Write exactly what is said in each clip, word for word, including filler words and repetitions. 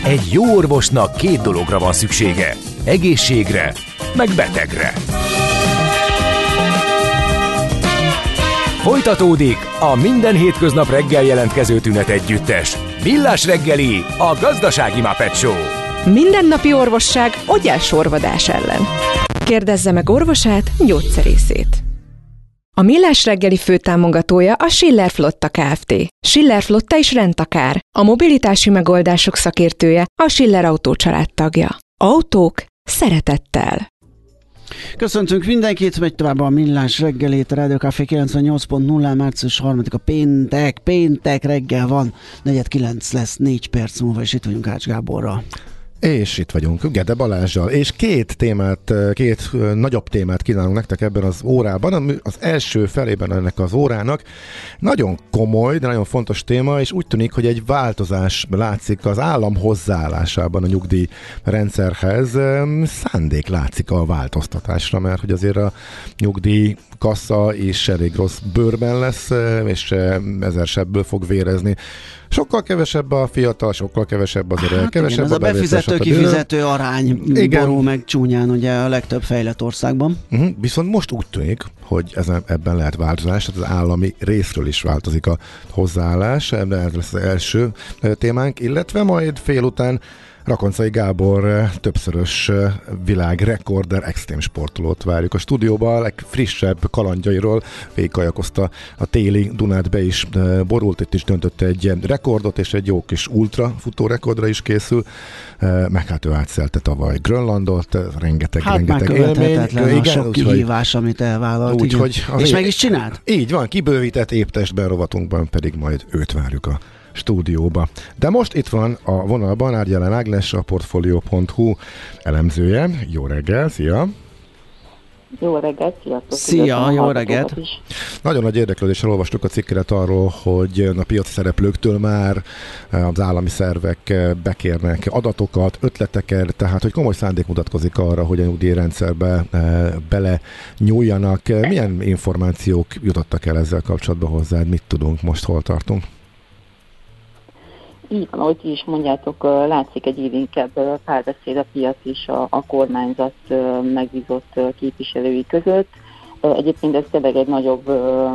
Egy jó orvosnak két dologra van szüksége. Egészségre, meg betegre. Folytatódik a minden hétköznap reggel jelentkező tünet együttes. Millás reggeli, a gazdasági Muppet Show. Mindennapi orvosság ogyásorvadás ellen. Kérdezze meg orvosát, gyógyszerészét. A Millás reggeli főtámogatója a Schiller Flotta Kft. Schiller Flotta is rendtakár. A mobilitási megoldások szakértője, a Schiller Autó család tagja. Autók szeretettel. Köszöntünk mindenkit, megy tovább a Millás reggelét, a Rádió Café kilencvennyolc pont nulla, március harmadika péntek, péntek reggel van, negyed kilenc lesz, négy perc múlva, és itt vagyunk Ács Gáborral. És itt vagyunk Gede Balázsral, és két témát, két nagyobb témát kínálunk nektek ebben az órában. Az első felében ennek az órának nagyon komoly, de nagyon fontos téma, és úgy tűnik, hogy egy változás látszik az állam hozzáállásában a nyugdíjrendszerhez. Szándék látszik a változtatásra, mert hogy azért a nyugdíjkassa is elég rossz bőrben lesz, és ezer sebből fog vérezni. Sokkal kevesebb a fiatal, sokkal kevesebb az öreg, hát kevesebb igen, a befizető-kifizető arány igen. borul meg csúnyán ugye a legtöbb fejlett országban. Uh-huh. Viszont most úgy tűnik, hogy ezen, ebben lehet változás, tehát az állami részről is változik a hozzáállás, ebben lesz az első témánk, illetve majd félután Rakoncai Gábor többszörös világrekorder extrém sportolót várjuk a stúdióba, a legfrissebb kalandjairól végigkajakozta a téli Dunát, be is borult, itt is döntött egy rekordot, és egy jó kis ultra futó rekordra is készül, meg hát ő átszelte tavaly Grönlandot, rengeteg, hát rengeteg élmény. Hát igen, a sok kihívás, amit elvállalt. Úgy, hogy és meg is csinált? Így van, kibővített éptestben rovatunkban pedig majd őt várjuk a stúdióba. De most itt van a vonalban Árgyelen Ágnes, a Portfolio pont hu elemzője. Jó reggel, szia! Jó reggelt, sziasztok! Szia, jó reggelt! Nagyon nagy érdeklődéssel olvastuk a cikket arról, hogy a piaci szereplőktől már az állami szervek bekérnek adatokat, ötleteket, tehát hogy komoly szándék mutatkozik arra, hogy a nyugdíjrendszerbe bele nyúljanak. Milyen információk jutottak el ezzel kapcsolatban hozzád? Mit tudunk most, hol tartunk? Így van, ahogy ti is mondjátok, látszik egy élénkebb párbeszéd a piac és a, a kormányzat megbízott képviselői között. Egyébként ez tényleg egy nagyobb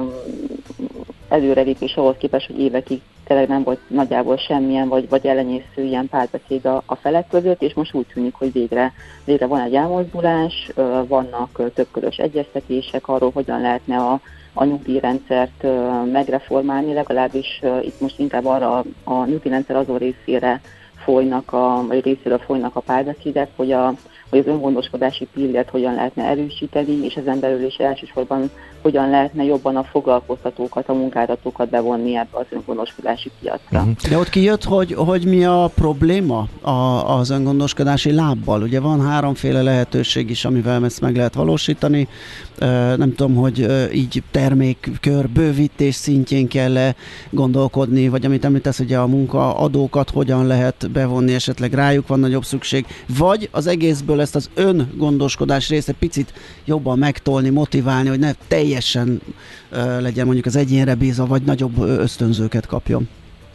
előrelépés ahhoz képest, hogy évekig tényleg nem volt nagyjából semmilyen, vagy, vagy ellenyésző ilyen párbeszéd a, a felek között, és most úgy tűnik, hogy végre, végre van egy elmozdulás, vannak többkörös egyeztetések arról, hogyan lehetne a a nyugdíjrendszert megreformálni, legalábbis itt most inkább arra a nyugdíjrendszer azon részére folynak a, vagy részéről folynak a párbeszédek, hogy, a, hogy az öngondoskodási pillért hogyan lehetne erősíteni, és ezen belül is elsősorban hogyan lehetne jobban a foglalkoztatókat, a munkáltatókat bevonni ebbe az öngondoskodási piacra. De ott kijött, hogy, hogy mi a probléma a, az öngondoskodási lábbal? Ugye van háromféle lehetőség is, amivel ezt meg lehet valósítani. Nem tudom, hogy így termékkör bővítés szintjén kell gondolkodni, vagy amit említesz, ugye a munkaadókat hogyan lehet bevonni, esetleg rájuk van nagyobb szükség, vagy az egészből ezt az öngondoskodás részt egy picit jobban megtolni, motiválni, hogy ne teljesen uh, legyen mondjuk az egyénre bízva, vagy nagyobb ösztönzőket kapjon.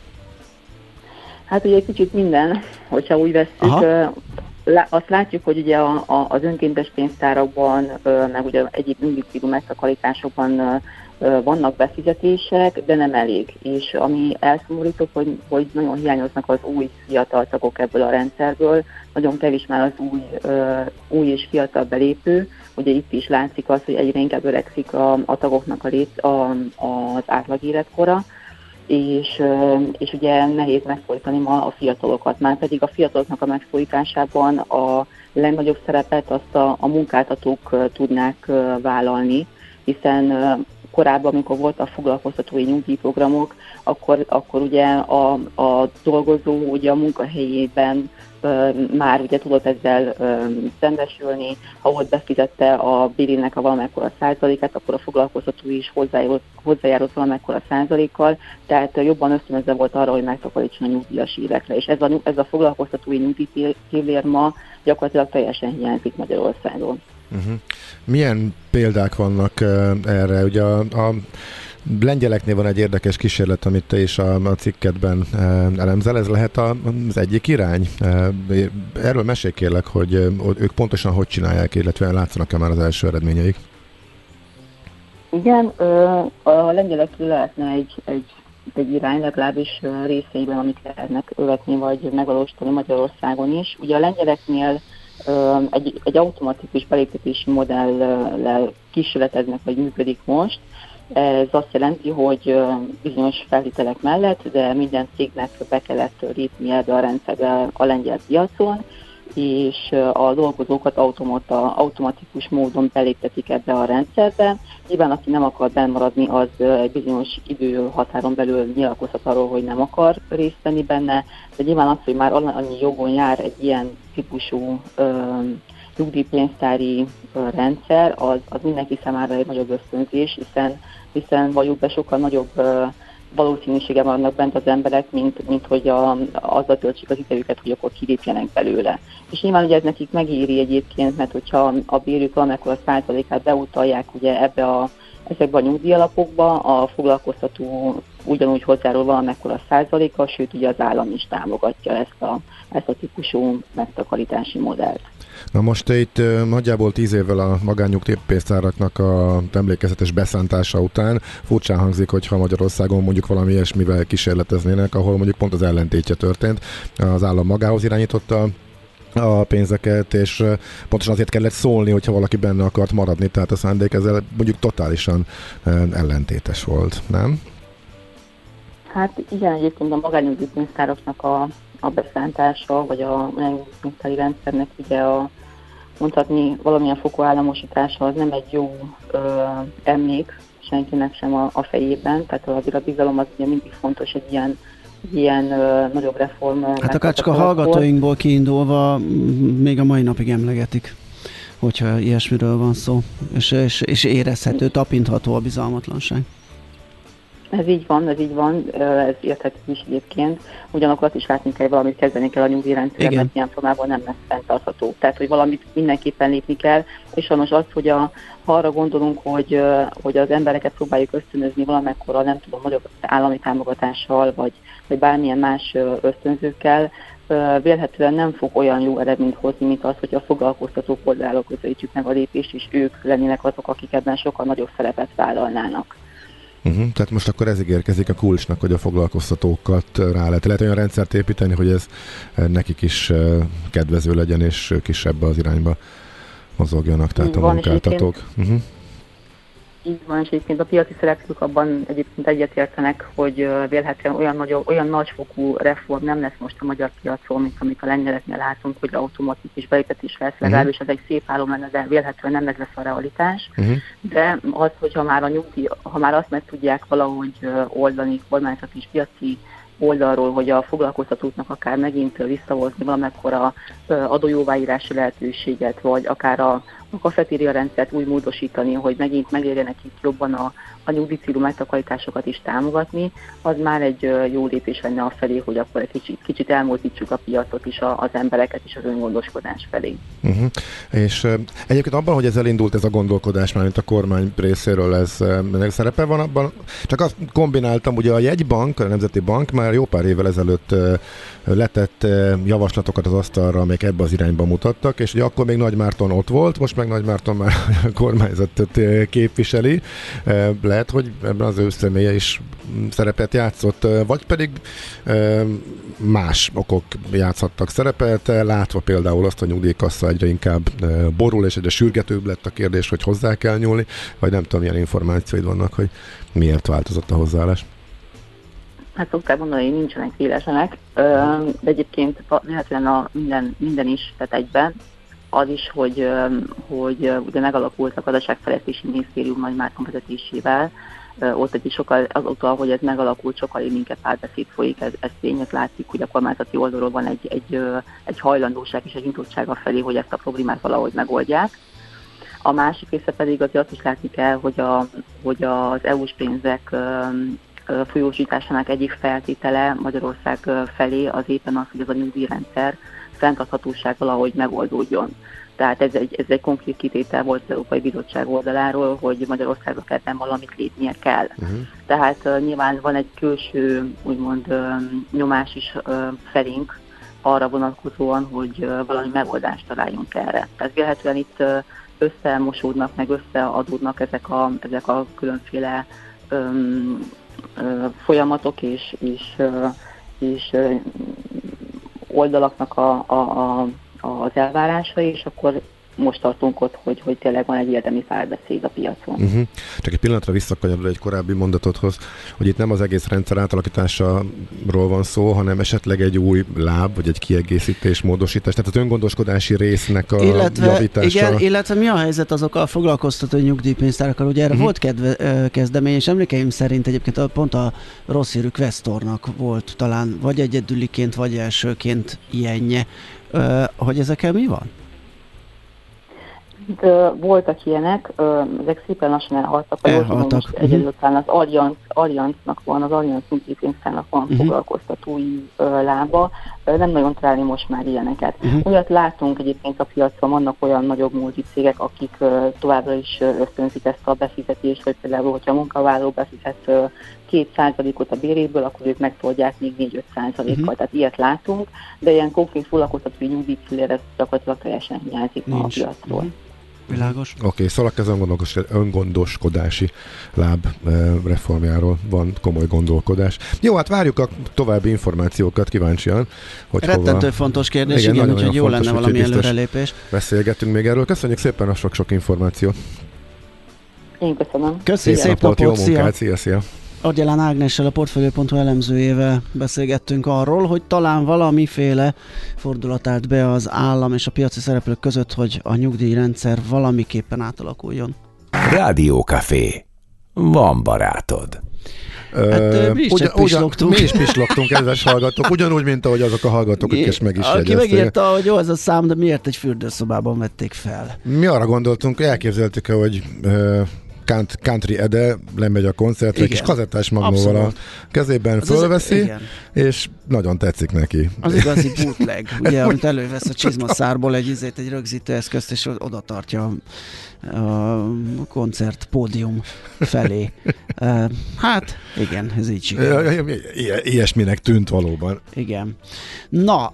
Hát ugye egy kicsit minden, hogyha úgy vesszük, azt látjuk, hogy ugye a, a, az önkéntes pénztárakban, meg ugye egyéb ügyvívő megtakarításokban vannak befizetések, de nem elég. És ami elszomorító, hogy, hogy nagyon hiányoznak az új fiatal tagok ebből a rendszerből, nagyon kevés már az új, új és fiatal belépő. Ugye itt is látszik az, hogy egyre inkább öregszik a, a tagoknak a lét, a, az átlag életkora, és, és ugye nehéz megszólítani ma a fiatalokat, már pedig a fiataloknak a megszólításában a legnagyobb szerepet azt a, a munkáltatók tudnák vállalni, hiszen korábban, amikor volt a foglalkoztatói nyugdíjprogramok, akkor, akkor ugye a, a dolgozó ugye a munkahelyében már ugye tudott ezzel szembesülni, ha ott befizette a bérének a valamekkora százalékát, akkor a foglalkoztató is hozzájárult, hozzájárult valamekkora százalékkal, tehát jobban ösztönözve volt arra, hogy megtakarítson a nyugdíjas évekre. És ez a, ez a foglalkoztatói nyugdíjpillér ma gyakorlatilag teljesen hiányzik Magyarországon. Uh-huh. Milyen példák vannak uh, erre? Ugye a, a lengyeleknél van egy érdekes kísérlet, amit te is a, a cikkedben elemzel, ez lehet az egyik irány? Erről mesélj kérlek, hogy ők pontosan hogy csinálják, illetve látszanak-e már az első eredményeik? Igen, a lengyelekről lehetne egy, egy, egy irány, legalábbis részeiben, amit lehetne követni, vagy megvalósítani Magyarországon is. Ugye a lengyeleknél egy, egy automatikus beléptetési modellel kísérleteznek, vagy működik most. Ez azt jelenti, hogy bizonyos feltételek mellett, de minden cégnek be kellett lépni ebbe a rendszerbe a lengyel piacon, és a dolgozókat automata, automatikus módon beléptetik ebbe a rendszerbe. Nyilván aki nem akar bennmaradni, az egy bizonyos időhatáron belül nyilatkozhat arról, hogy nem akar részt venni benne, de nyilván az, hogy már annyi jogon jár egy ilyen típusú ö, nyugdíjpénztári ö, rendszer, az, az mindenki számára egy nagyobb ösztönzés, hiszen, hiszen valljuk be sokkal nagyobb ö, valószínűsége vannak bent az emberek, mint, mint hogy a, azzal töltsék az idejüket, hogy akkor kilépjenek belőle. És nyilván ugye ez nekik megéri egyébként, mert hogyha a bérük valamikor a százalékát beutalják ugye ebbe a, ezekbe a nyugdíjalapokba, a foglalkoztató ugyanúgy hozzárul valamikor a százaléka, sőt ugye az állam is támogatja ezt a, ezt a típusú megtakarítási modellt. Na most itt nagyjából tíz évvel a magánnyugdíjpénztáraknak a emlékezetes beszántása után furcsán hangzik, hogyha Magyarországon mondjuk valami ilyesmivel kísérleteznének, ahol mondjuk pont az ellentétje történt. Az állam magához irányította a pénzeket, és pontosan azért kellett szólni, hogyha valaki benne akart maradni, tehát a szándék ezzel mondjuk totálisan ellentétes volt, nem? Hát igen, egyébként a magánnyugdíjpénztáraknak a a beszántása, vagy a nyugdíjpénztári rendszernek ugye a mondhatni valamilyen fokú államosítása az nem egy jó ö, emlék senkinek sem a, a fejében, tehát azért a bizalom az ugye mindig fontos egy ilyen, egy ilyen ö, nagyobb reform. Hát akár csak a hallgatóinkból kiindulva még a mai napig emlegetik, hogyha ilyesmiről van szó, és, és, és érezhető, tapintható a bizalmatlanság. Ez így van, ez így van, ez érthető is egyébként. Ugyanakkor azt is látni kell, hogy valamit kezdeni kell a nyugdíjrendszerben, mert ilyen formában nem lesz fenntartható. Tehát, hogy valamit mindenképpen lépni kell, és sajnos az, hogy a, ha arra gondolunk, hogy, hogy az embereket próbáljuk ösztönözni valamekkora, nem tudom, nagyobb állami támogatással, vagy, vagy bármilyen más ösztönzőkkel, vélhetően nem fog olyan jó eredményt hozni, mint az, hogy a foglalkoztatók oldalról közelítjük meg a lépést, és ők lennének azok, akik ebben sokkal nagyobb szerepet vállalnának. Uh-huh. Tehát most akkor ez ígérkezik a kulcsnak, hogy a foglalkoztatókat rá lehet, lehet olyan rendszert építeni, hogy ez nekik is kedvező legyen, és ők is ebbe az irányba mozogjanak, tehát a munkáltatók. Uh-huh. Így van, és egyébként a piaci szereplők abban egyébként egyetértenek, hogy vélhetően olyan, nagy, olyan nagyfokú reform nem lesz most a magyar piacon, mint amit a lengyeleknél látunk, hogy automatikus beléptetés lesz, legalábbis uh-huh. ez egy szép álom lenne, de vélhetően nem ez lesz a realitás. Uh-huh. De az, hogyha már a nyugdíj, ha már azt meg tudják valahogy oldani kormányzati és piaci oldalról, hogy a foglalkoztatóknak akár megint visszahozni valamekkora adójóváírási lehetőséget, vagy akár a, a kafetéria rendszert úgy módosítani, hogy megint megérjenek itt jobban a, a nyugdíjcélú megtakarításokat is támogatni, az már egy jó lépés lenne a felé, hogy akkor egy kicsit, kicsit elmozdítsuk a piacot is, a, az embereket is az öngondoskodás felé. Uh-huh. És uh, egyébként abban, hogy ez elindult ez a gondolkodás már, mint a kormány részéről, ez uh, szerepe van abban, csak azt kombináltam, ugye a jegybank, a Nemzeti Bank már jó pár évvel ezelőtt uh, letett uh, javaslatokat az asztalra, amelyek ebbe az irányba mutattak, és ugye akkor még Nagy Márton ott volt, most meg Nagy Márton már a kormányzatot uh, képviseli. Uh, lehet, hogy ebben az ő személye is szerepet játszott, vagy pedig más okok játszhattak szerepet, látva például azt, hogy a nyugdíjkassa egyre inkább borul, és egyre sürgetőbb lett a kérdés, hogy hozzá kell nyúlni, vagy nem tudom, milyen információid vannak, hogy miért változott a hozzáállás. Hát szokták mondani, hogy nincsenek élesenek, de egyébként lehetően a minden, minden is, tehát egyben, az is, hogy, hogy ugye megalakult a Gazdaságfejlesztési Minisztérium Nagy Márton vezetésével, ott egy sokkal, azóta, hogy ez megalakult, sokkal inkább párbeszéd folyik, ez, ez tény, ez látszik, hogy a kormányzati oldalról van egy, egy, egy hajlandóság és egy nyitottság a felé, hogy ezt a problémát valahogy megoldják. A másik része pedig azért azt is látni kell, hogy, a, hogy az é u-s pénzek folyósításának egyik feltétele Magyarország felé az éppen az, hogy az a nyugdíjrendszer fenntarthatóság valahogy megoldódjon. Tehát ez egy, ez egy konkrét kitétel volt az Európai Bizottság oldaláról, hogy Magyarországnak ebben valamit lépnie kell. Uh-huh. Tehát uh, nyilván van egy külső, úgymond uh, nyomás is uh, felénk arra vonatkozóan, hogy uh, valami megoldást találjunk erre. Tehát véletlenül itt uh, összemosódnak, meg összeadódnak ezek a, ezek a különféle um, uh, folyamatok és, és, uh, és uh, oldalaknak a, a, a az elvárása, és akkor most tartunk ott, hogy, hogy tényleg van egy érdemi párbeszéd a piacon. Uh-huh. Csak egy pillanatra visszakanyarodva egy korábbi mondatodhoz, hogy itt nem az egész rendszer átalakításáról van szó, hanem esetleg egy új láb, vagy egy kiegészítés, módosítás, tehát az öngondoskodási résznek a illetve, javítása. Igen, illetve mi a helyzet azokkal a foglalkoztató nyugdíjpénztárakkal? Ugye erre uh-huh. volt kedve, kezdemény, és emlékeim szerint egyébként pont a rossz hírű Questornak volt talán vagy egyedüliként, vagy elsőként ilyenje. Uh, hogy ezekkel mi van? De voltak ilyenek, ezek szépen lassan elhaltak. Elhaltak. Most uh-huh. egyedül az Allianz, Allianznak van, az Allianz nyugdíjpénztárnak van uh-huh. foglalkoztatói uh, lába. Uh, nem nagyon találni most már ilyeneket. Uh-huh. Olyat látunk egyébként a piacon, vannak olyan nagyobb multicégek, akik uh, továbbra is uh, ösztönzik ezt a befizetést, hogy például, hogyha a munkavállaló befizet uh, két százalékot a béréből, akkor ők megtoldják még négy-öt százalékkal. Uh-huh. Tehát ilyet látunk, de ilyen konkrét foglalkoztatói nyugdíjpillér ez gyakorlatilag teljesen hiányzik ma a piacról. Uh-huh. Világos. Oké, okay, szóval ez öngondoskodási láb reformjáról van komoly gondolkodás. Jó, hát várjuk a további információkat kíváncsian. Hogy rettentő hova... fontos kérdés, igen, igen úgyhogy jó fontos, lenne valami előrelépés. Beszélgetünk még erről. Köszönjük szépen a sok-sok információt. Én köszönöm. Köszönjük, szép napot, jó munkát, szia, szia. Argyelán Ágnessel, a Portfolio pont hu elemzőjével beszélgettünk arról, hogy talán valamiféle fordulat állt be az állam és a piaci szereplők között, hogy a nyugdíjrendszer valamiképpen átalakuljon. Rádiókafé. Van barátod. Hát mi is ugyan, pislogtunk. Mi is pislogtunk, kedves hallgatók, ugyanúgy, mint ahogy azok a hallgatók, akik is meg is Aki megírta, hogy jó ez a szám, de miért egy fürdőszobában vették fel? Mi arra gondoltunk, elképzeltük, hogy Country Ede lemegy a koncertre, egy kis kazettás magnóval a kezében az fölveszi, az, és nagyon tetszik neki. Az igazi bootleg, ugye, amit elővesz a csizmaszárból egy izét, egy rögzítőeszközt, és oda tartja a koncert pódium felé. Hát, igen, ez így sikerült. I- ilyesminek tűnt valóban. Igen. Na,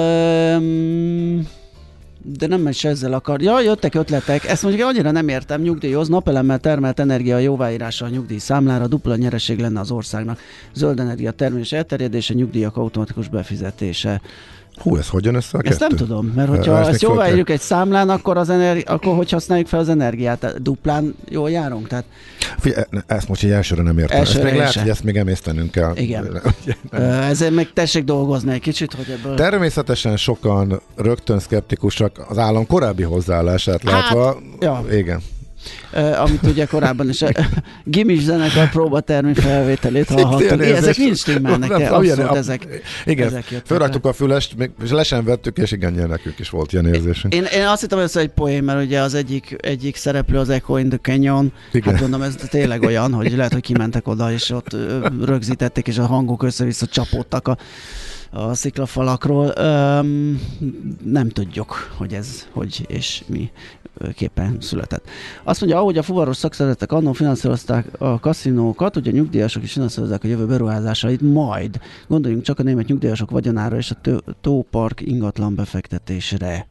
um, de nem is ezzel akar. Ja, jöttek ötletek. Ezt mondjuk annyira nem értem. Nyugdíjoz, napelemmel termelt energia jóváírása a nyugdíj számlára, dupla nyereség lenne az országnak. Zöld energia termelés elterjedése, nyugdíjak automatikus befizetése. Hú, ez hogy jön össze a Ezt kettő? nem tudom, mert hogyha ezt, ezt jóváírjuk egy számlán, akkor, az energi- akkor hogy használjuk fel az energiát? Duplán jól járunk? Tehát... Figyelj, ezt most így elsőre nem értem. Elsőre ezt még lehet, hogy ezt még emésztenünk kell. Igen. Ezért meg tessék dolgozni egy kicsit, hogy ebből... Természetesen sokan rögtön szkeptikusak az állam korábbi hozzáállását látva. Hát, ja. Igen. Uh, amit ugye korábban is gimis zenekar próbatermi felvételét hallhattuk. Ezek nincs stimmelnek, abszolút ezek. Igen, ezek fölraktuk a fülest, és le sem vettük, és igen, nekünk is volt ilyen érzésünk. Én, én azt hittem, hogy ez egy poén, mert ugye az egyik, egyik szereplő az Echo in the Canyon. Igen. Hát gondolom, ez tényleg olyan, hogy lehet, hogy kimentek oda, és ott rögzítették, és a hangok össze-vissza csapódtak a a sziklafalakról. Öm, nem tudjuk, hogy ez hogy és mi képen született. Azt mondja, ahogy a fuvaros szakszervezetek annól finanszírozták a kaszinókat, ugye a nyugdíjasok is finanszírozzák a jövő beruházásait, majd gondoljunk csak a német nyugdíjasok vagyonára és a tópark ingatlan befektetésre.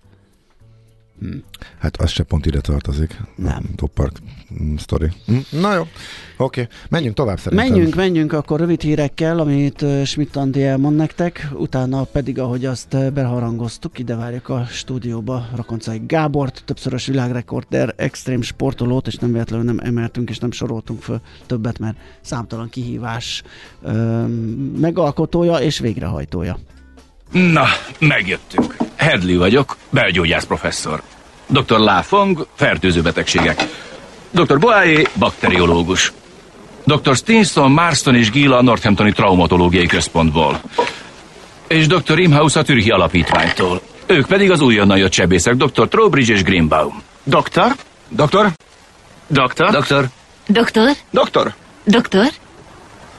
Hm. Hát az se pont ide tartozik. Nem. Tópark sztori. Hm. Na jó, oké. Okay. Menjünk tovább szerintem. Menjünk, menjünk akkor rövid hírekkel, amit Schmidt Andi elmond nektek, utána pedig, ahogy azt beharangoztuk, ide várjuk a stúdióba Rakoncai Gábort, többszörös világrekorder, extrém sportolót, és nem véletlenül nem emeltünk és nem soroltunk föl többet, mert számtalan kihívás ö, megalkotója és végrehajtója. Na, megjöttünk. Hedley vagyok, belgyógyász professzor. doktor Lafong, fertőző betegségek. doktor Boyer, bakteriológus. doktor Stinson, Marston és Gill a Northamptoni Traumatológiai Központból. És doktor Imhouse a Türhi Alapítványtól. Ők pedig az újonnan jött sebészek, doktor Trowbridge és Greenbaum. Doktor? Doktor? Doktor? Doktor? Doktor? Doktor? Doktor?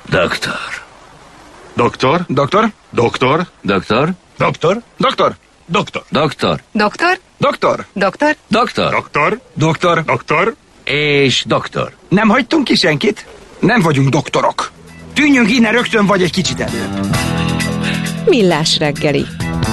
Doktor? Doktor? Doktor? Doktor? Doktor? Doktor? Doktor? Doktor. Doktor. Doktor? Doktor. Doktor? Doktor. Doktor? Doktor. Doktor? És doktor. Nem hagytunk ki senkit? Nem vagyunk doktorok. Tűnjünk innen rögtön, vagy egy kicsit előbb. Millás reggeli.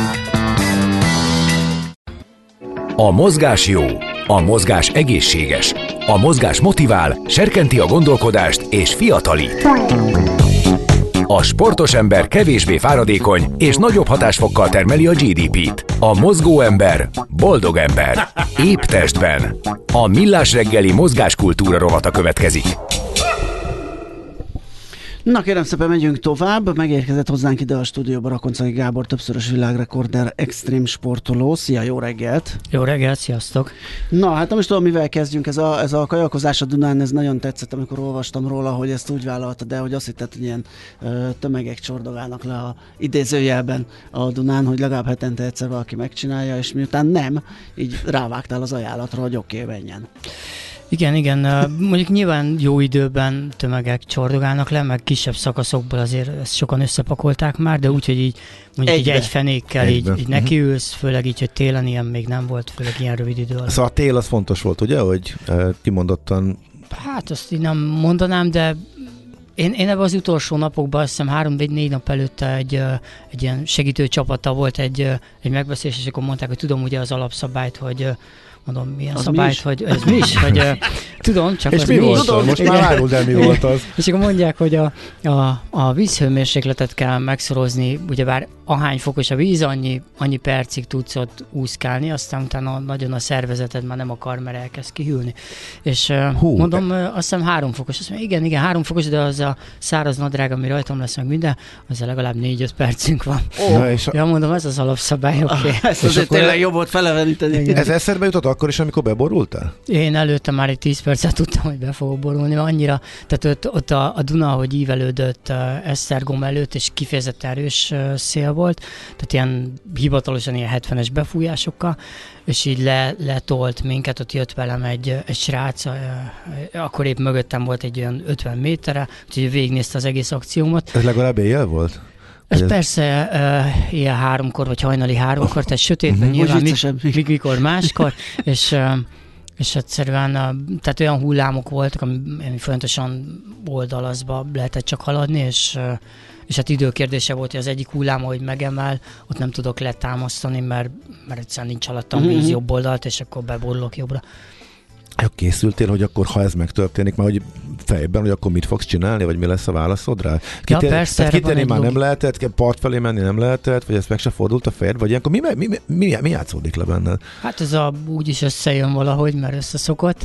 A mozgás jó, a mozgás egészséges, a mozgás motivál, serkenti a gondolkodást és fiatalít. A sportos ember kevésbé fáradékony és nagyobb hatásfokkal termeli a gé dé pét. A mozgó ember boldog ember. Épp testben. A Millás reggeli mozgáskultúra rovata következik. Na kérem szépen, megyünk tovább. Megérkezett hozzánk ide a stúdióba Rakoncai Gábor, többszörös világrekorder, extrém sportoló. Szia, jó reggelt! Jó reggelt, sziasztok! Na, hát nem is tudom, mivel kezdjünk. Ez a, ez a kajakozás a Dunán, ez nagyon tetszett, amikor olvastam róla, hogy ezt úgy vállalta, de hogy azt hitted, hogy ilyen ö, tömegek csordogálnak le a idézőjelben a Dunán, hogy legalább hetente egyszer valaki megcsinálja, és miután nem, így rávágtál az ajánlatra, hogy oké, okay, menjen. Igen, igen, mondjuk nyilván jó időben tömegek csordogálnak le, meg kisebb szakaszokból azért ezt sokan összepakolták már, de úgy, hogy így mondjuk Egybe. így egy fenékkel így, így nekiülsz, főleg így, hogy télen ilyen még nem volt, főleg ilyen rövid idő alatt. Szóval a tél az fontos volt, ugye, hogy kimondottan... Hát azt így nem mondanám, de én, én ebben az utolsó napokban, azt hiszem három vagy négy nap előtte egy, egy ilyen segítő csapata volt egy, egy megbeszélés, és akkor mondták, hogy tudom ugye az alapszabályt, hogy mondom, milyen az szabályt, hogy ez mi is, hogy uh, tudom, csak és az mi, mi volt tudom, most már áruld el, mi volt az. És akkor mondják, hogy a, a, a vízhőmérsékletet kell megszorozni, ugyebár ahány fokos a víz, annyi, annyi percig tudsz ott úszkálni, aztán utána nagyon a szervezeted már nem akar, mert elkezd kihűlni. És uh, Hú, mondom, uh, azt hiszem három fokos, azt mondom, igen, igen, három fokos, de az a száraz nadrág, ami rajtam lesz meg minden, az legalább négy-öt percünk van. Oh. A... Ja, mondom, ez az alapszabály, oké. Okay. Ezt azért tényleg jobb volt feleveníteni. Ez eszedbe jutott akkor is, amikor beborultál? Én előtte már egy tíz percet tudtam, hogy be fogok borulni, mert annyira, tehát ott, ott a, a Duna, hogy ívelődött uh, Esztergom előtt, és kifejezetten erős uh, szél volt, tehát ilyen hivatalosan ilyen hetvenes befújásokkal, és így le, letolt minket, ott jött velem egy, egy srác, uh, akkor épp mögöttem volt egy olyan ötven méterre, úgyhogy végignézte az egész akciómat. Ez legalább éjjel volt? Ez, ez persze uh, ilyen háromkor, vagy hajnali háromkor, tehát sötétben uh-huh. nyilván, mi, mi, mikor máskor, és, uh, és egyszerűen uh, tehát olyan hullámok voltak, ami, ami folyamatosan oldalazba lehetett csak haladni, és, uh, és hát időkérdése volt, hogy az egyik hullám, ahogy megemel, ott nem tudok letámasztani, mert, mert egyszerűen nincs alattam víz uh-huh. jobb oldalt, és akkor beborulok jobbra. Készültél, hogy akkor, ha ez megtörténik, már hogy fejben, hogy akkor mit fogsz csinálni, vagy mi lesz a válaszod rá? Ja, persze. Kitérni már nem lehetett, part felé menni nem lehetett, vagy ez meg se fordult a fejed, vagy ilyenkor mi, mi, mi, mi, mi játszódik le benned? Hát ez a, úgyis összejön valahogy, mert összeszokott.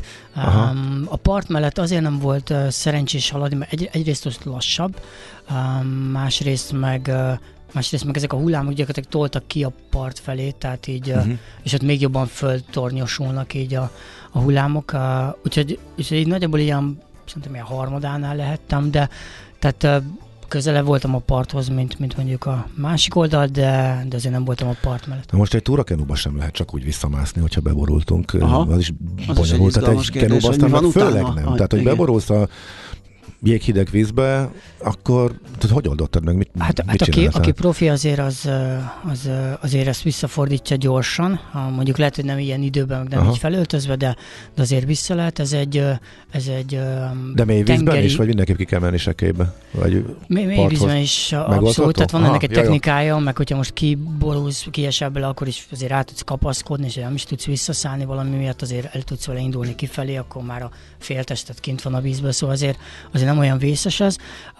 Um, a part mellett azért nem volt uh, szerencsés haladni, mert egy, egyrészt az lassabb, um, másrészt meg uh, Másrészt meg ezek a hullámok gyakorlatilag toltak ki a part felé, tehát így, uh-huh. és ott még jobban föltornyosulnak így a, a hullámok. Uh, úgyhogy, úgyhogy így nagyjából ilyen, szerintem ilyen harmadánál lehettem, de tehát uh, közelebb voltam a parthoz, mint, mint mondjuk a másik oldal, de, de azért nem voltam a part mellett. Na most egy túrakenúba sem lehet csak úgy visszamászni, hogyha beborultunk. Aha. Az is az bonyolult. Tehát egy kenúba aztán meg főleg nem. Ah, tehát, hogy igen. beborulsz a jéghideg vízbe, akkor tudod, hogy oldottad meg? Mit, hát, mit hát aki, aki profi azért az, az, azért ezt visszafordítja gyorsan. Mondjuk lehet, hogy nem ilyen időben, meg nem Aha. így felöltözve, de, de azért vissza lehet. Ez egy, ez egy de mély vízben tengeri... is, vagy mindenképp ki kell menni sekélybe? Vagy mély, mély vízben is abszolút, tehát van Aha, ennek egy technikája, jaj. Meg hogyha most kiborulsz, kiesel bele, akkor is azért rá tudsz kapaszkodni, és nem is tudsz visszaszállni valami miatt, azért el tudsz vele indulni kifelé, akkor már a féltested kint van a vízből, szóval azért, azért nem olyan vészes ez.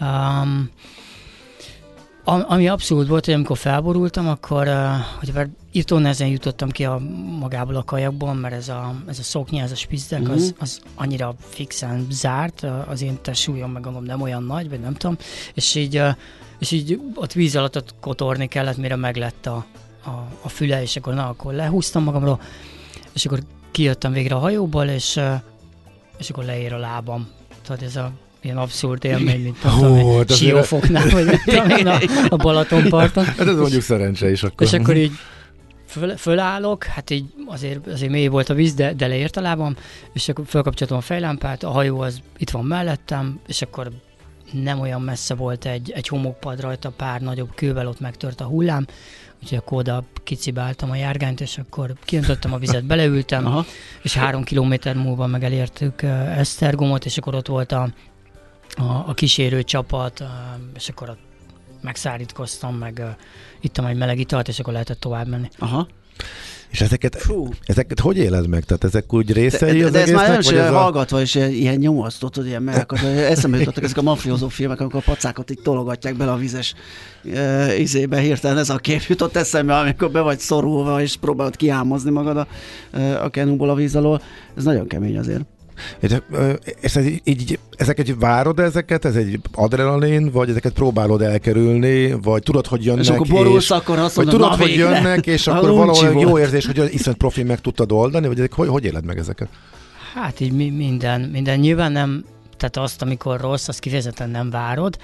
Um, ami abszolút volt, hogy amikor felborultam, akkor uh, hogy írtó nehezen jutottam ki a, magából a kajakból, mert ez a, ez a szoknya, ez a spizdek, uh-huh. az, az annyira fixen zárt, az én testsúlyom meg gondolom nem olyan nagy, vagy nem tudom, és így, uh, és így ott víz alatt ott kotorni kellett, mire meglett a, a, a füle, és akkor na, akkor lehúztam magamról, és akkor kijöttem végre a hajóból, és, uh, és akkor leér a lábam. Tehát ez a ilyen abszurd élmény, mint oh, a Siófoknál, vagy nem tudom én a, a Balatonparton. Hát ez mondjuk szerencse is akkor. És akkor így föl, fölállok, hát így azért, azért mély volt a víz, de, de leért a lábam, és akkor fölkapcsolatom a fejlámpát, a hajó az itt van mellettem, és akkor nem olyan messze volt egy, egy homokpad rajta, pár nagyobb kővel, ott megtört a hullám, úgyhogy akkor oda kicibáltam a járgányt, és akkor kiöntöttem a vizet, beleültem, aha. és három kilométer múlva meg elértük Esztergomot, és akkor ott volt a, a, a kísérő csapat, és akkor ott megszárítkoztam, meg ittam egy meleg italt, és akkor lehetett tovább menni. Aha. És ezeket, ezeket hogy éled meg? Tehát ezek úgy részei de, az de ez egésznek? Már vagy ez hallgatva, a... és ilyen nyomasztott, hogy ilyen melkat. Eszembe jutottak ezek a mafiózó filmek, amikor a pacákat így tologatják bele a vizes uh, izébe. Hirtelen ez a kép jutott eszembe, amikor be vagy szorulva, és próbálod kiámozni magad a, a kenúból a víz alól. Ez nagyon kemény azért. És, és ez, így, ezek egy várod ezeket, ez egy adrenalin, vagy ezeket próbálod elkerülni, vagy tudod, hogy jönnek, és akkor borulsz, és, akkor azt vagy mondod, tudod, hogy végre. jönnek, és akkor valahol jó érzés, hogy iszonyat profi meg tudtad oldani, vagy ezek, hogy, hogy éled meg ezeket? Hát így mi, minden, minden nyilván nem, tehát azt, amikor rossz, azt kifejezetten nem várod,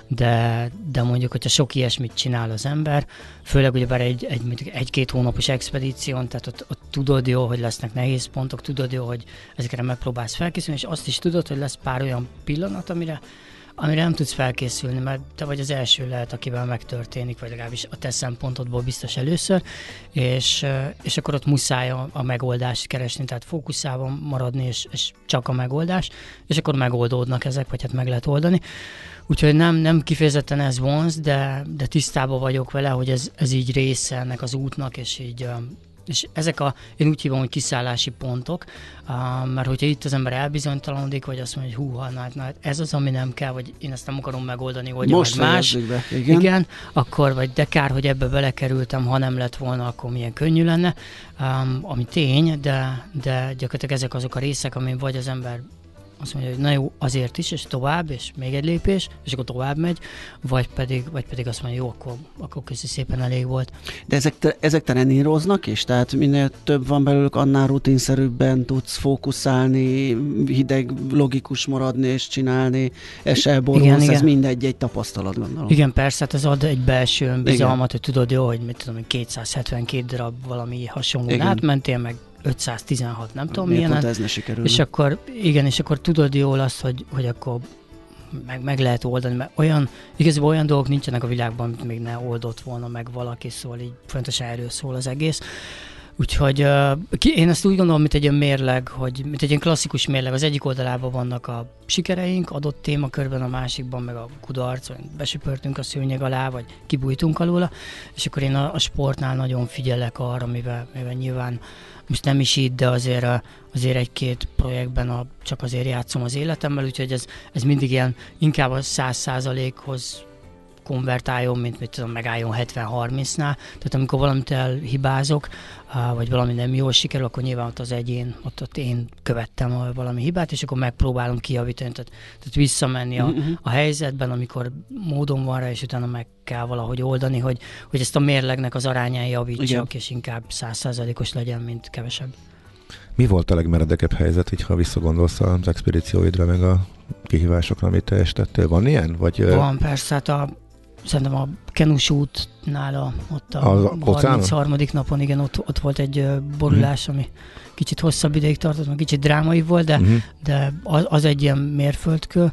de, de mondjuk, hogyha sok ilyesmit csinál az ember, főleg ugyebár egy, egy, egy-két hónapos expedíción, tehát ott, ott tudod jó, hogy lesznek nehéz pontok, tudod jó, hogy ezekre megpróbálsz felkészülni, és azt is tudod, hogy lesz pár olyan pillanat, amire, amire nem tudsz felkészülni, mert te vagy az első lehet, akivel megtörténik, vagy legalábbis a te szempontodból biztos először, és, és akkor ott muszáj a, a megoldást keresni, tehát fókuszában maradni, és, és csak a megoldás, és akkor megoldódnak ezek, vagy hát meg lehet oldani. Úgyhogy nem, nem kifejezetten ez vonz, de, de tisztában vagyok vele, hogy ez, ez így része ennek az útnak, és így és ezek a, én úgy hívom, hogy kiszállási pontok, mert hogyha itt az ember elbizonytalanodik, vagy azt mondja, hogy húha, na, na, ez az, ami nem kell, vagy én ezt nem akarom megoldani, oldja most meg más, be. Igen. igen, akkor, vagy de kár, hogy ebbe belekerültem, ha nem lett volna, akkor milyen könnyű lenne, um, ami tény, de, de gyakorlatilag ezek azok a részek, amin vagy az ember azt mondja, hogy na jó, azért is, és tovább, és még egy lépés, és akkor tovább megy, vagy pedig, vagy pedig azt mondja, jó, akkor, akkor köszi szépen elég volt. De ezek, te, ezek treníroznak is? Tehát minél több van belőlük, annál rutinszerűbben tudsz fókuszálni, hideg, logikus maradni és csinálni, és elborulsz, ez mindegy egy tapasztalat, gondolom. Igen, persze, hát ez ad egy belső önbizalmat, hogy tudod jó, hogy mit tudom, kétszázhetvenkét darab valami hasonlón átmentél, meg ötszáztizenhat, nem tudom milyen. Ez ne sikerül. És akkor, igen, és akkor tudod jól azt, hogy, hogy akkor meg, meg lehet oldani, mert olyan, igazából olyan dolgok nincsenek a világban, amit még ne oldott volna meg valaki, szóval így fontosan erről szól az egész. Úgyhogy uh, ki, én ezt úgy gondolom, mint egy ilyen mérleg, hogy mint egy ilyen klasszikus mérleg, az egyik oldalában vannak a sikereink adott témakörben, a másikban meg a kudarc, vagy besöpörtünk a szőnyeg alá, vagy kibújtunk alóla, és akkor én a, a sportnál nagyon figyelek arra, mivel, mivel nyilván most nem is így, de azért, azért egy-két projektben a, csak azért játszom az életemmel, úgyhogy ez, ez mindig ilyen inkább a száz százalékhoz konvertáljon, mint mit tudom, megálljon hetven harmincnál. Tehát amikor valamit elhibázok, vagy valami nem jól sikerül, akkor nyilván ott az egyén, ott, ott én követtem valami hibát, és akkor megpróbálom kijavítani, tehát, tehát visszamenni a, a helyzetben, amikor módon van rá, és utána meg kell valahogy oldani, hogy, hogy ezt a mérlegnek az arányán javítsak, igen, és inkább száz százalékos legyen, mint kevesebb. Mi volt a legmeredekebb helyzet, így, ha visszagondolsz az expedícióidra, meg a kihívásokra, amit te estettél? Van ilyen? Vagy, van, persze, hát a szerintem a Kenus útnál, a, ott a harmincharmadik napon, igen, ott, ott volt egy uh, borulás, uh-huh. ami kicsit hosszabb ideig tartott, meg kicsit drámai volt, de, uh-huh. de az, az egy ilyen mérföldkő.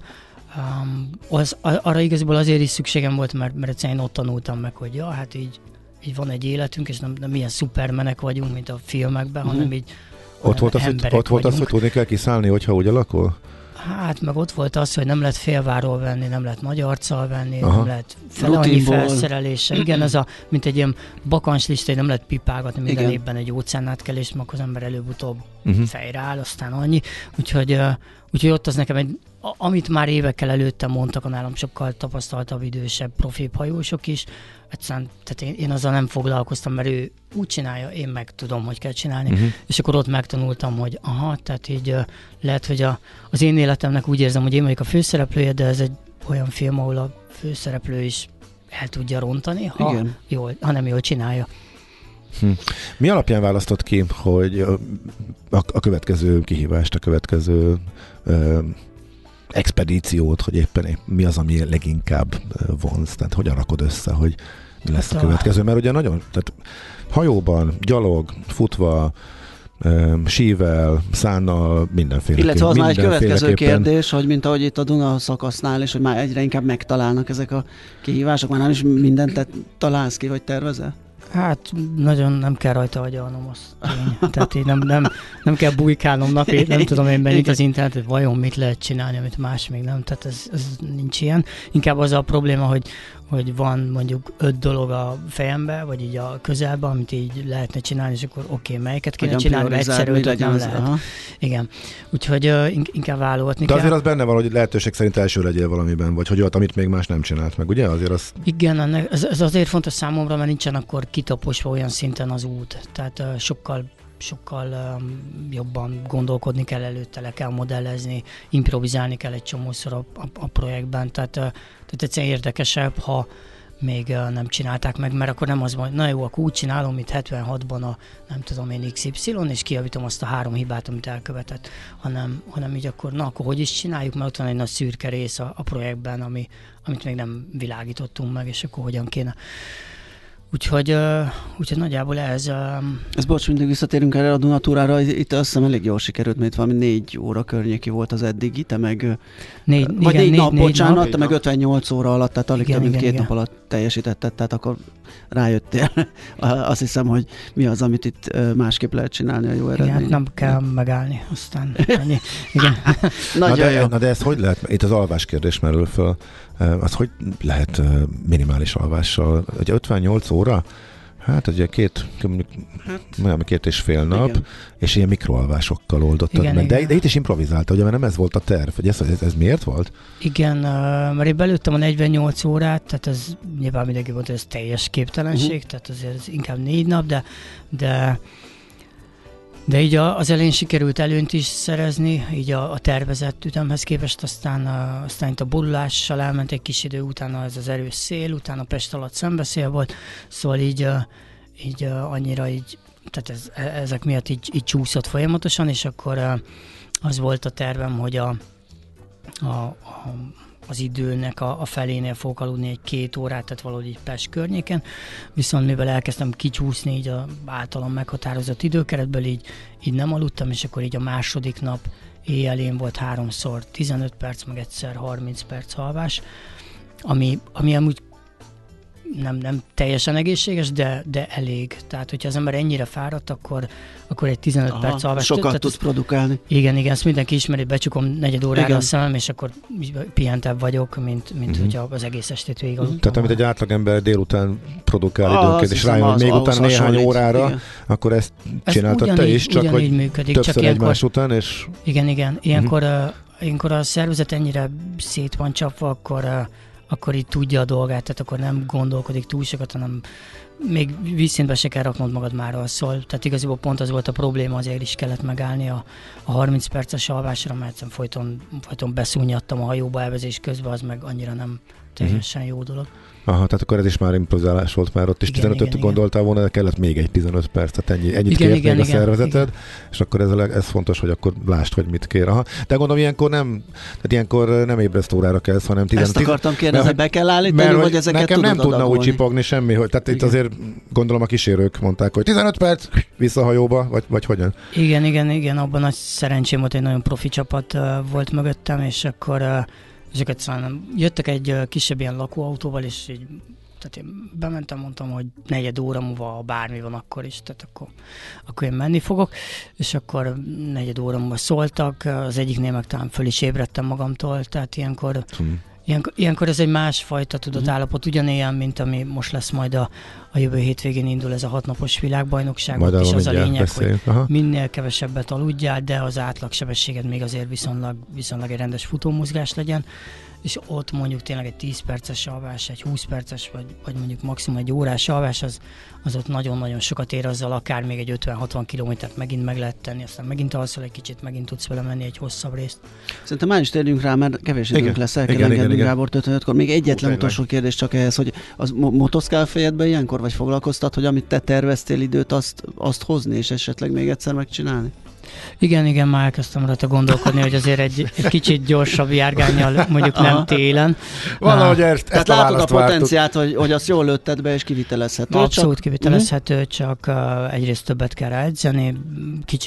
Um, az, arra igazából azért is szükségem volt, mert, mert egyszerűen ott tanultam meg, hogy ja, hát így, így van egy életünk, és nem, nem ilyen szupermenek vagyunk, mint a filmekben, uh-huh. hanem így ott volt, az, hogy, ott volt az, hogy tudni kell kiszállni, hogyha úgy alakul? Hát, meg ott volt az, hogy nem lehet félváról venni, nem lehet nagy arccal venni, aha. nem lehet fele annyi felszerelése. Igen, ez a, mint egy ilyen bakancslista, hogy nem lehet pipálgatni minden igen. évben egy óceánátkelést, mert az ember előbb-utóbb uh-huh. fejre áll, aztán annyi. Úgyhogy, uh, úgyhogy ott az nekem egy, amit már évekkel előtte mondtak a nálam sokkal tapasztaltabb, idősebb, profibb hajósok is, egyszerűen, tehát én, én azzal nem foglalkoztam, mert ő úgy csinálja, én meg tudom, hogy kell csinálni. Uh-huh. És akkor ott megtanultam, hogy aha, tehát így uh, lehet, hogy a, az én életemnek úgy érzem, hogy én vagyok a főszereplője, de ez egy olyan film, ahol a főszereplő is el tudja rontani, ha, jól, ha nem jól csinálja. Hm. Mi alapján választott ki, hogy a, a következő kihívást, a következő ö, expedíciót, hogy éppen mi az, ami leginkább vonz, tehát hogyan rakod össze, hogy mi lesz hát a következő, mert ugye nagyon, tehát hajóban, gyalog, futva, sível, szánnal, mindenféle. Illetve az már egy következő kérdés, hogy mint ahogy itt a Duna szakasznál, és hogy már egyre inkább megtalálnak ezek a kihívások, már nem is mindent találsz ki, vagy tervezel? Hát nagyon nem kell rajta agyalnom, az tény. Tehát én nem, nem, nem kell bujkálnom napét, nem tudom én benyit az internetet, vajon mit lehet csinálni, amit más még nem, tehát ez, ez nincs ilyen. Inkább az a probléma, hogy, hogy van mondjuk öt dolog a fejembe, vagy így a közelben, amit így lehetne csinálni, és akkor oké, okay, melyiket kéne Hogyan csinálni, mert egyszerű ötöt nem az, lehet. Aha. Igen. Úgyhogy uh, inkább válogatni De kell. azért az benne van, hogy lehetőség szerint első legyél valamiben, vagy hogy olyat, amit még más nem csinált meg, ugye? Azért az... Igen, ennek, ez, ez azért fontos számomra, mert nincsen akkor kitaposva olyan szinten az út. Tehát uh, sokkal sokkal um, jobban gondolkodni kell előtte, le kell modellezni, improvizálni kell egy csomószor a, a, a projektben, tehát, uh, tehát egyszerűen érdekesebb, ha még uh, nem csinálták meg, mert akkor nem az van, na jó, akkor úgy csinálom, mint hetvenhatban a nem tudom én iksz ipszilon, és kijavítom azt a három hibát, amit elkövetett, hanem, hanem így akkor, na akkor hogy is csináljuk, mert ott van egy nagy szürke rész a, a projektben, ami, amit még nem világítottunk meg, és akkor hogyan kéne. Úgyhogy, uh, úgyhogy nagyjából ez... Uh... Ez bocs, mindig visszatérünk erre a Dunatúrára, itt azt hiszem elég jól sikerült, mert valami négy óra környéki volt az eddigi, te meg... Négy, vagy igen, négy, négy nap, négy bocsánat, nap. te meg ötvennyolc óra alatt, tehát alig több mint két igen. nap alatt teljesítetted, tehát akkor rájöttél. Azt hiszem, hogy mi az, amit itt másképp lehet csinálni a jó eredmény. Igen, nem kell megállni, aztán ennyi. Igen. na, de, na de ez hogy lehet? Itt az alvás kérdés merül föl. Az hogy lehet minimális alvással? Ugye ötvennyolc óra? Hát ugye két, mondjuk, hát, két és fél nap, igen. És ilyen mikroalvásokkal oldottad igen, meg. igen. De, de itt is improvizálta, ugye, mert nem ez volt a terv. Hogy ez, ez, ez miért volt? Igen, mert én belőttem a negyvennyolc órát, tehát ez nyilván mindenki mondta, hogy ez teljes képtelenség, uh-huh. Tehát azért ez inkább négy nap, de, de De így a, az elején sikerült előnyt is szerezni, így a, a tervezett ütemhez képest, aztán, a, aztán itt a borulással elment egy kis idő, utána ez az erős szél, utána Pest alatt szembeszél volt, szóval így, így annyira így, tehát ez, ezek miatt így, így csúszott folyamatosan, és akkor az volt a tervem, hogy a, a, a az időnek a, a felénél fogok aludni egy két órát, tehát valahogy így Pest környéken, viszont mivel elkezdtem kicsúszni így a általam meghatározott időkeretből, így, így nem aludtam, és akkor így a második nap éjjelén volt háromszor tizenöt perc, meg egyszer harminc perc alvás, ami, ami amúgy nem, nem teljesen egészséges, de, de elég. Tehát, hogyha az ember ennyire fáradt, akkor, akkor egy tizenöt Aha, perc alvás. Sokat tud produkálni. Igen, igen, ezt mindenki ismeri, becsukom negyed órára igen. a szemem, és akkor pihentebb vagyok, mint, mint uh-huh. hogyha az egész estét végig aludtam. Tehát amit egy átlagember délután produkál ah, időnként, és rájön, hogy még utána néhány órára, igen. akkor ezt csináltad te is, csak hogy működik, többször csak egymás ilyenkor, után, és... Igen, igen. Ilyenkor, uh-huh. uh, ilyenkor a szervezet ennyire szét van csapva, akkor... Uh, akkor így tudja a dolgát, tehát akkor nem gondolkodik túl sokat, hanem még vízszintbe se kell raknod magad már alszol. Tehát igazából pont az volt a probléma, azért is kellett megállni a, a harminc perces alvásra, mert folyton, folyton beszúnyadtam a hajóba elvezés közben, az meg annyira nem teljesen jó dolog. Aha, tehát akkor ez is már improvizálás volt már ott, és igen, tizenötöt gondoltál volna, de kellett még egy tizenöt perc, tehát ennyi, ennyit igen, kért igen, még igen, a szervezeted, igen. És akkor ez, a leg, ez fontos, hogy akkor lásd, hogy mit kér. Aha. De gondolom, ilyenkor nem, tehát ilyenkor nem ébreszt órára kezd, hanem tizenöt. Ezt akartam kérdezni, be kell állítani, vagy ezeket nekem tudod nem tudna adagolni. úgy csipogni semmi, hogy, tehát igen. Itt azért gondolom a kísérők mondták, hogy tizenöt perc, vissza a hajóba, vagy, vagy hogyan? Igen, igen, igen, abban nagy szerencsém volt, egy nagyon profi csapat uh, volt mögöttem, és akkor uh, és egyszerűen jöttek egy uh, kisebb ilyen lakóautóval, és így tehát én bementem, mondtam, hogy negyed óra múlva, ha bármi van, akkor is, tehát akkor, akkor én menni fogok, és akkor negyed óra múlva szóltak, az egyiknél meg talán föl is ébredtem magamtól, tehát ilyenkor, hmm. ilyenkor, ilyenkor ez egy másfajta tudatállapot, ugyanilyen, mint ami most lesz majd a, a jövő hétvégén indul ez a hatnapos világbajnokság, és az a lényeg, beszéljük. Hogy Aha. minél kevesebbet aludjál, de az átlagsebességed még azért viszonylag, viszonylag egy rendes futómozgás legyen, és ott mondjuk tényleg egy tíz perces alvás, egy húsz perces, vagy, vagy mondjuk maximum egy órás alvás, az, az ott nagyon-nagyon sokat ér, azzal akár még egy ötven-hatvan kilométert megint meg lehet tenni, aztán megint alszol egy kicsit, megint tudsz vele menni egy hosszabb részt. Szerintem már is térjünk rá, mert kevés időnk lesz, el kell engednünk Gábor ötvenötkor. Még egyetlen utolsó kérdés csak ehhez, hogy az motoszkál fejedbe ilyenkor, vagy foglalkoztat, hogy amit te terveztél időt, azt, azt hozni, és esetleg még egyszer megcsinálni? Igen, igen, már elkezdtem rajta gondolkodni, hogy azért egy, egy kicsit gyorsabb járgánnyal, mondjuk Aha. nem télen. Valahogy ezt, ezt Tehát a látod a potenciát, hogy, hogy azt jól lőtted be, és kivitelezhető. Abszolút csak... kivitelezhető, csak uh, egyrészt többet kell ráedzeni, kicsit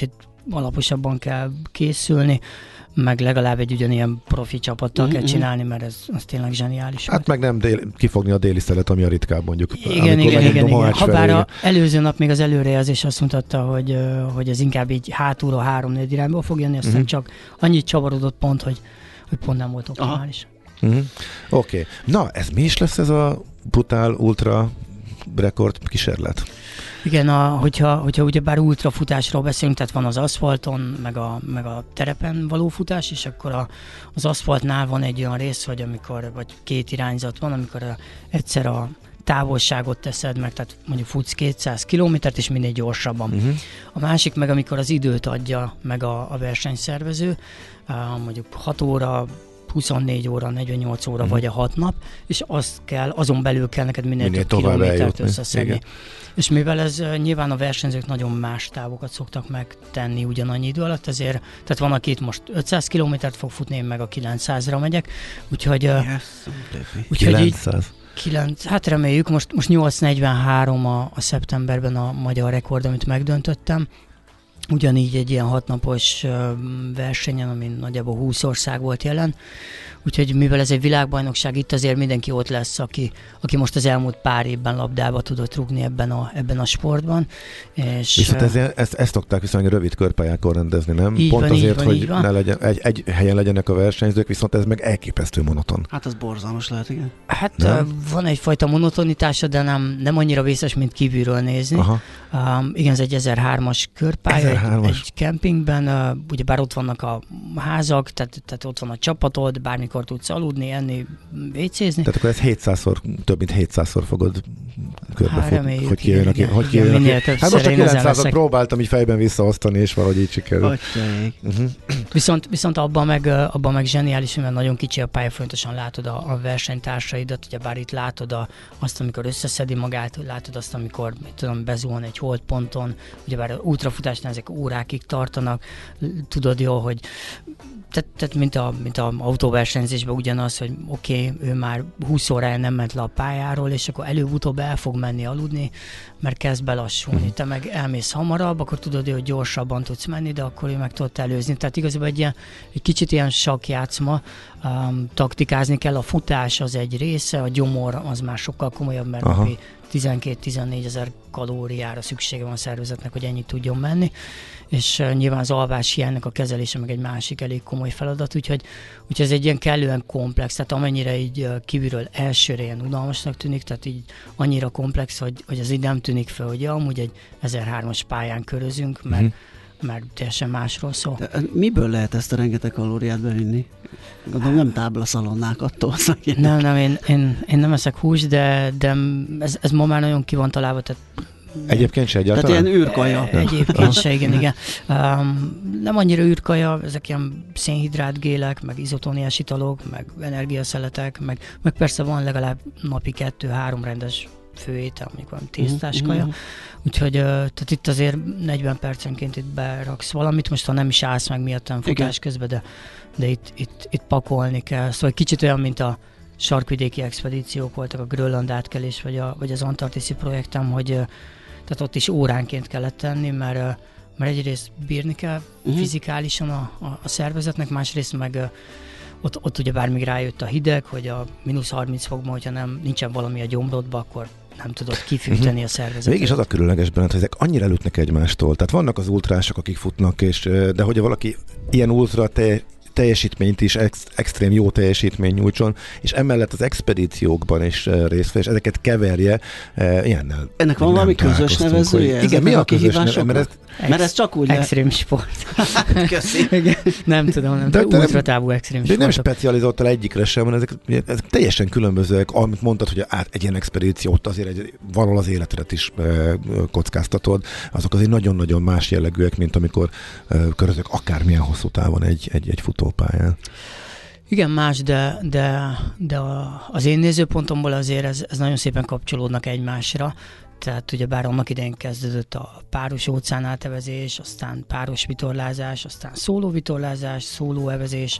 alaposabban kell készülni, meg legalább egy ugyanilyen profi csapattal mm-hmm. kell csinálni, mert ez az tényleg zseniális. Hát meg nem dél, kifogni a déli szelet, ami a ritkább mondjuk. Igen, igen, igen, igen. Habár az előző nap még az előrejelzés azt mutatta, hogy, hogy ez inkább így hátulról három-négy irányból fog jönni, aztán mm-hmm. csak annyit csavarodott pont, hogy, hogy pont nem volt optimális. Mm-hmm. Oké. Okay. Na, ez mi is lesz ez a brutál ultra rekord kísérlet? Igen, a, hogyha, hogyha ugyebár ultrafutásról beszélünk, tehát van az aszfalton, meg a, meg a terepen való futás, és akkor a, az aszfaltnál van egy olyan rész, hogy amikor, vagy két irányzat van, amikor a, egyszer a távolságot teszed meg, tehát mondjuk futsz kétszáz kilométert, és minél gyorsabban. Uh-huh. A másik meg, amikor az időt adja meg a, a versenyszervező, mondjuk hat óra, huszonnégy óra, negyvennyolc óra, uh-huh. vagy a hat nap, és azt kell, azon belül kell neked minél, minél több kilométert összeszedni. És mivel ez nyilván a versenyzők nagyon más távokat szoktak megtenni ugyanannyi idő alatt, ezért, tehát van, aki itt most ötszáz kilométert fog futni, én meg a kilencszázra megyek, úgyhogy, yes, úgyhogy kilencszáz. kilenc, hát reméljük, most, most nyolc negyvenhárom a, a szeptemberben a magyar rekord, amit megdöntöttem. Ugyanígy egy ilyen hatnapos versenyen, amin nagyjából húsz ország volt jelen. Úgyhogy mivel ez egy világbajnokság, itt azért mindenki ott lesz, aki, aki most az elmúlt pár évben labdába tudott rúgni ebben a, ebben a sportban. És viszont ez, ezt, ezt szokták viszonylag rövid körpályákon rendezni, nem? Így Pont van, azért, van, hogy ne legyen, egy, egy helyen legyenek a versenyzők, viszont ez meg elképesztő monoton. Hát az borzalmas lehet, igen. Hát nem? Van egyfajta monotonitása, de nem, nem annyira vészes, mint kívülről nézni. Aha. Um, igen, ez egy ezerhármas körpálya, egy, egy kempingben, uh, ugyebár ott vannak a házak, tehát, tehát ott van a csapatod, bármikor tudsz aludni, enni, vécézni. Tehát akkor ez hétszázszor, több mint hétszázszor fogod körbefutni, hogy kijön, aki, hogy kijön, aki. Hát most a kilencszázat próbáltam így fejben visszaosztani, és valahogy így sikerült. Uh-huh. Viszont, viszont abban meg, abban meg zseniális, mert nagyon kicsi a pálya, fontosan látod a, a versenytársaidat, ugyebár itt látod a, azt, amikor összeszedi magát, látod azt, amikor tudom, bezuhan egy holdponton, ugyebár a ultrafutásnál ezek órákig tartanak, tudod jól, hogy tehát, tehát mint a, mint a autóversenyzésben ugyanaz, hogy oké, okay, ő már húsz órája nem ment le a pályáról, és akkor előbb-utóbb el fog menni aludni, mert kezd belassulni. Te meg elmész hamarabb, akkor tudod, hogy gyorsabban tudsz menni, de akkor ő meg tudod előzni. Tehát igazából egy, ilyen, egy kicsit ilyen sakkjátszma, um, taktikázni kell, a futás az egy része, a gyomor az már sokkal komolyabb, mert napi tizenkét-tizennégy ezer kalóriára szüksége van a szervezetnek, hogy ennyit tudjon menni, és uh, nyilván az alvás hiánynak a kezelése meg egy másik elég komoly feladat, úgyhogy, úgyhogy ez egy ilyen kellően komplex, tehát amennyire így uh, kívülről elsőre ilyen unalmasnak tűnik, tehát így annyira komplex, hogy, hogy az így nem tűnik fel, hogy ja, amúgy egy ezerhármas pályán körözünk, mert, uh-huh. mert teljesen másról szól. De miből lehet ezt a rengeteg kalóriát bevinni? Gondolom nem táblaszalonnákat tolsz. Nem, nem, én, én, én nem eszek hús, de, de ez, ez ma már nagyon ki van találva, tehát egyébként se egyáltalán? Tehát ilyen űrkaja. Egyébként se, igen, igen. Um, nem annyira űrkaja, ezek ilyen szénhidrátgélek, meg izotóniás italok, meg energiaszeletek, meg, meg persze van legalább napi kettő-három rendes főétel, mondjuk van tésztás kaja. Uh-huh. Úgyhogy uh, tehát itt azért negyven percenként itt beraksz valamit, most ha nem is állsz meg miattam futás közben, de, de itt, itt, itt pakolni kell. Szóval kicsit olyan, mint a sarkvidéki expedíciók voltak, a Grönland átkelés, vagy, a, vagy az antarktiszi projektem, hogy uh, tehát ott is óránként kellett tenni, mert, uh, mert egyrészt bírni kell uh-huh. fizikálisan a, a, a szervezetnek, másrészt meg uh, ott, ott ugye bármíg rájött a hideg, hogy a mínusz harminc fokban, hogyha nem, nincsen valami a gyomrodba, akkor nem tudod kifűteni uh-huh. a szervezetet. Mégis az a különleges benne, hogy ezek annyira elütnek egymástól. Tehát vannak az ultrások, akik futnak, és, de hogy valaki ilyen ultra te, teljesítményt is, ex, extrém jó teljesítmény nyújtson, és emellett az expedíciókban is részt vesz, és ezeket keverje e, ilyennel. Ennek van valami közös nevezője? Hogy, igen, mi a közös nevezője? Mert, Ex, mert ez csak úgy... Extrém sport. Köszi. Nem tudom, nem tudom. Ultratávú extrém sport. De nem specializáltál egyikre sem, mert ezek, ezek teljesen különbözőek. Amit mondtad, hogy át egy ilyen expedíciót azért egy, valahol az életedet is e, kockáztatod, azok azért nagyon-nagyon más jellegűek, mint amikor e, körözök akármilyen hosszú távon egy, egy, egy futópályán. Igen, más, de, de, de az én nézőpontomból azért ez, ez nagyon szépen kapcsolódnak egymásra. Tehát ugyebár annak idején kezdődött a páros óceánátevezés, aztán páros vitorlázás, aztán szóló vitorlázás, szóló evezés,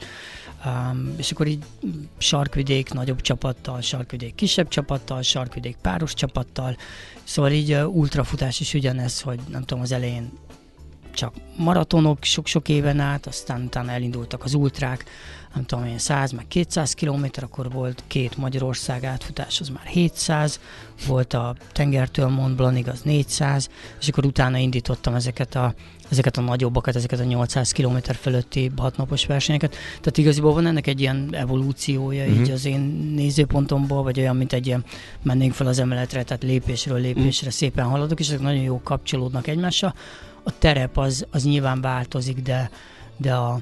um, és akkor így sarkvidék nagyobb csapattal, sarkvidék kisebb csapattal, sarkvidék páros csapattal, szóval így uh, ultrafutás is ugyanez, hogy nem tudom, az elején csak maratonok sok-sok éven át, aztán utána elindultak az ultrák, nem tudom én, száz meg kétszáz kilométer, akkor volt két Magyarország átfutás, az már hétszáz, volt a tengertől Mont Blancig, az négyszáz, és akkor utána indítottam ezeket a, ezeket a nagyobbakat, ezeket a nyolcszáz kilométer fölötti hatnapos versenyeket. Tehát igazából van ennek egy ilyen evolúciója uh-huh. így az én nézőpontomból, vagy olyan, mint egy ilyen mennénk fel az emeletre, tehát lépésről lépésre uh-huh. szépen haladok, és ezek nagyon jó kapcsolódnak egymással. A terep az, az nyilván változik, de, de a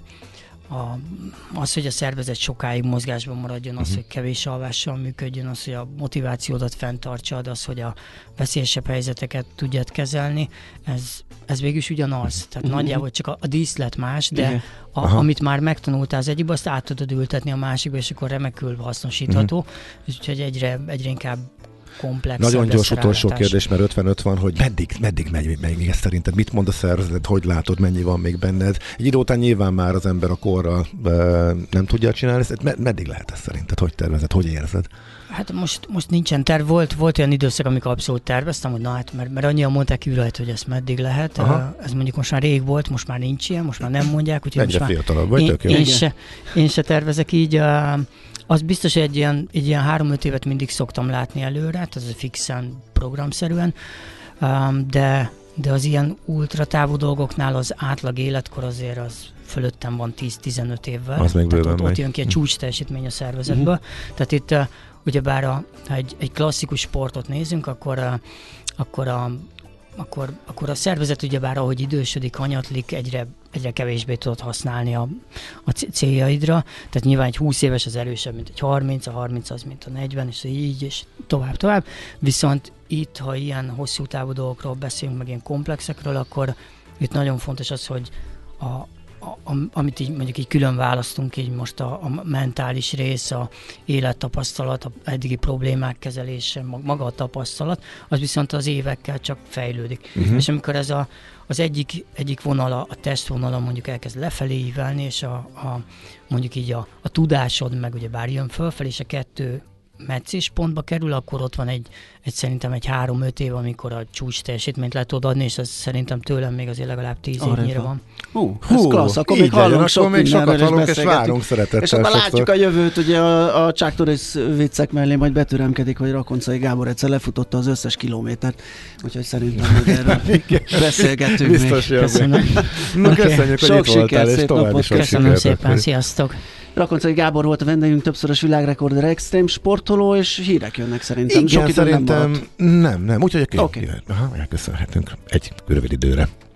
A, az, hogy a szervezet sokáig mozgásban maradjon, az, uh-huh. hogy kevés alvással működjön, az, hogy a motivációdat fenntartsad, az, hogy a veszélyesebb helyzeteket tudjad kezelni, ez, ez végülis ugyanaz. Tehát uh-huh. nagyjából csak a, a díszlet más, de uh-huh. a, amit már megtanultál az egyikbe, azt át tudod ültetni a másikba, és akkor remekül hasznosítható, uh-huh. és úgyhogy egyre, egyre inkább komplexebb. Nagyon gyors utolsó kérdés, mert ötven-öt van, hogy meddig, meddig megy, megy még ezt szerinted? Mit mond a szervezet, hogy látod, mennyi van még benned? Egy idő után nyilván már az ember a korral e, nem tudja csinálni, med- meddig lehet ez szerinted? Hogy tervezed, hogy érzed? Hát most, most nincsen terv. Volt, volt olyan időszak, amikor abszolút terveztem, hogy na hát, mert, mert annyian mondták kívül, hogy ezt meddig lehet. Aha. Ez mondjuk most már rég volt, most már nincs ilyen, most már nem mondják. Úgyhogy egyre most fiatalabb vagy, én, tök jó. Én se, én se tervezek így. Uh, az biztos, hogy egy ilyen, egy ilyen három-öt évet mindig szoktam látni előre, tehát ez fixen, programszerűen, um, de, de az ilyen ultratávú dolgoknál az átlag életkor azért az fölöttem van tíz-tizenöt évvel. Az még bőven ott, ott jön ki a csúcs teljesítmény a szervezetből. Uh-huh. Tehát itt uh, ugyebár a, ha egy, egy klasszikus sportot nézünk, akkor, uh, akkor a Akkor, akkor a szervezet ugyebár, ahogy idősödik, hanyatlik, egyre, egyre kevésbé tudod használni a, a céljaidra. Tehát nyilván egy húsz éves az erősebb, mint egy harminc, a harminc az, mint a negyven, és így, és tovább, tovább. Viszont itt, ha ilyen hosszú távú dolgokról beszélünk, meg ilyen komplexekről, akkor itt nagyon fontos az, hogy a A, amit így mondjuk így külön választunk, így most a, a mentális rész, a élettapasztalat, a eddigi problémák kezelése, maga a tapasztalat, az viszont az évekkel csak fejlődik. Uh-huh. És amikor ez a, az egyik, egyik vonala, a testvonala mondjuk elkezd lefelé ívelni, és a, a, mondjuk így a, a tudásod meg ugye bár jön fölfelé, és a kettő meccéspontba kerül, akkor ott van egy, egy szerintem egy három-öt év, amikor a csúcs teljesítményt le tudod adni, és az szerintem tőlem még azért legalább tíz évnyire van. Hú, ez klassz, akkor még hallunk sok még sokat hallunk, és várunk szeretettel. És akkor látjuk a jövőt, ugye a, a Chuck Norris viccek mellé majd betüremkedik, hogy Rakoncai Gábor egyszer lefutotta az összes kilométert, úgyhogy szerintem majd erről beszélgetünk biztos még. Köszönöm. Na, okay. Köszönjük, hogy sok itt voltál, és tovább is köszönöm szépen, sziasztok! Rakoncai Gábor volt a vendégünk, többszörös világrekorder, extrém sportoló, és hírek jönnek szerintem. Igen, sok szerintem nem, nem, nem. Úgyhogy okay. Aha, elköszönhetünk egy rövid időre.